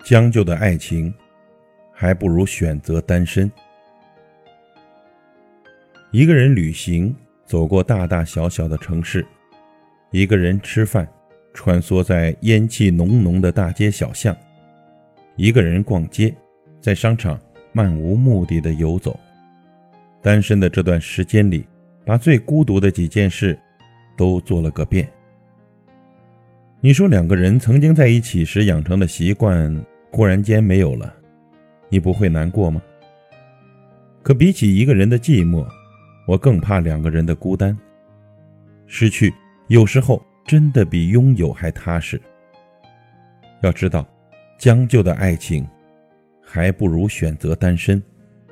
将就的爱情，还不如选择单身。一个人旅行，走过大大小小的城市；一个人吃饭，穿梭在烟气浓浓的大街小巷；一个人逛街，在商场漫无目的的游走。单身的这段时间里，把最孤独的几件事都做了个遍。你说两个人曾经在一起时养成的习惯忽然间没有了，你不会难过吗？可比起一个人的寂寞，我更怕两个人的孤单。失去有时候真的比拥有还踏实。要知道，将就的爱情还不如选择单身。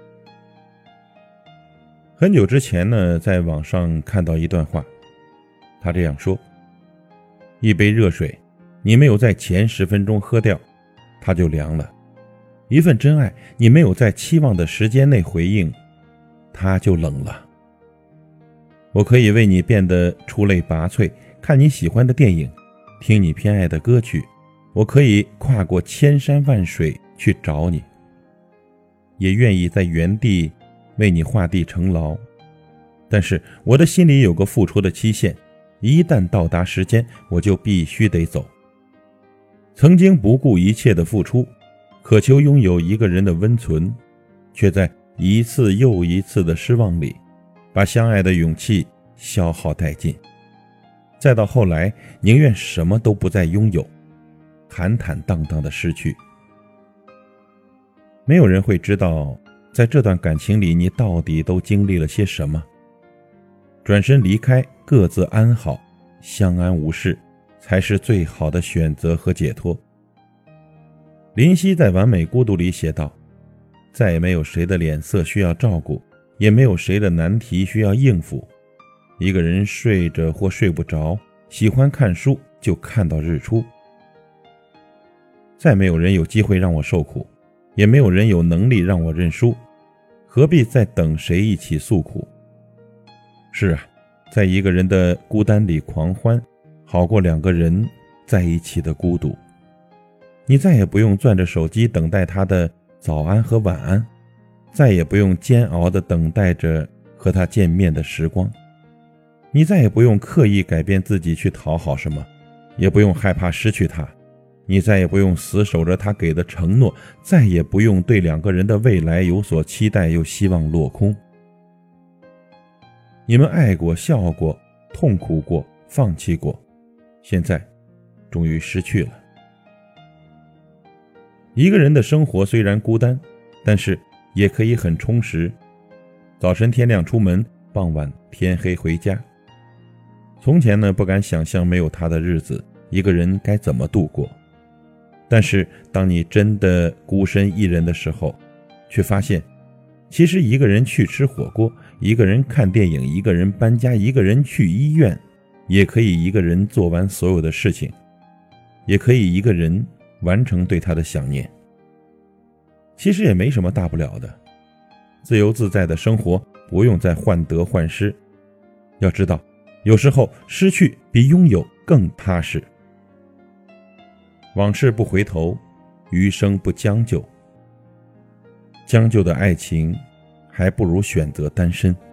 很久之前呢，在网上看到一段话，他这样说：一杯热水，你没有在前10分钟喝掉，它就凉了；一份真爱，你没有在期望的时间内回应，它就冷了。我可以为你变得出类拔萃，看你喜欢的电影，听你偏爱的歌曲，我可以跨过千山万水去找你，也愿意在原地为你画地成牢。但是我的心里有个付出的期限，一旦到达时间，我就必须得走。曾经不顾一切的付出，渴求拥有一个人的温存，却在一次又一次的失望里，把相爱的勇气消耗殆尽。再到后来，宁愿什么都不再拥有，坦坦荡荡的失去。没有人会知道，在这段感情里你到底都经历了些什么。转身离开，各自安好，相安无事，才是最好的选择和解脱。林夕在《完美孤独》里写道：再也没有谁的脸色需要照顾，也没有谁的难题需要应付。一个人睡着或睡不着，喜欢看书就看到日出。再没有人有机会让我受苦，也没有人有能力让我认输，何必再等谁一起诉苦？是啊，在一个人的孤单里狂欢，好过两个人在一起的孤独。你再也不用攥着手机等待他的早安和晚安，再也不用煎熬地等待着和他见面的时光。你再也不用刻意改变自己去讨好什么，也不用害怕失去他。你再也不用死守着他给的承诺，再也不用对两个人的未来有所期待又希望落空。你们爱过，笑过，痛苦过，放弃过，现在终于失去了。一个人的生活虽然孤单，但是也可以很充实。早晨天亮出门，傍晚天黑回家。从前呢，不敢想象没有他的日子，一个人该怎么度过。但是当你真的孤身一人的时候，却发现其实一个人去吃火锅，一个人看电影，一个人搬家，一个人去医院，也可以一个人做完所有的事情，也可以一个人完成对他的想念。其实也没什么大不了的，自由自在的生活不用再患得患失。要知道，有时候失去比拥有更踏实。往事不回头，余生不将就。将就的爱情，还不如选择单身。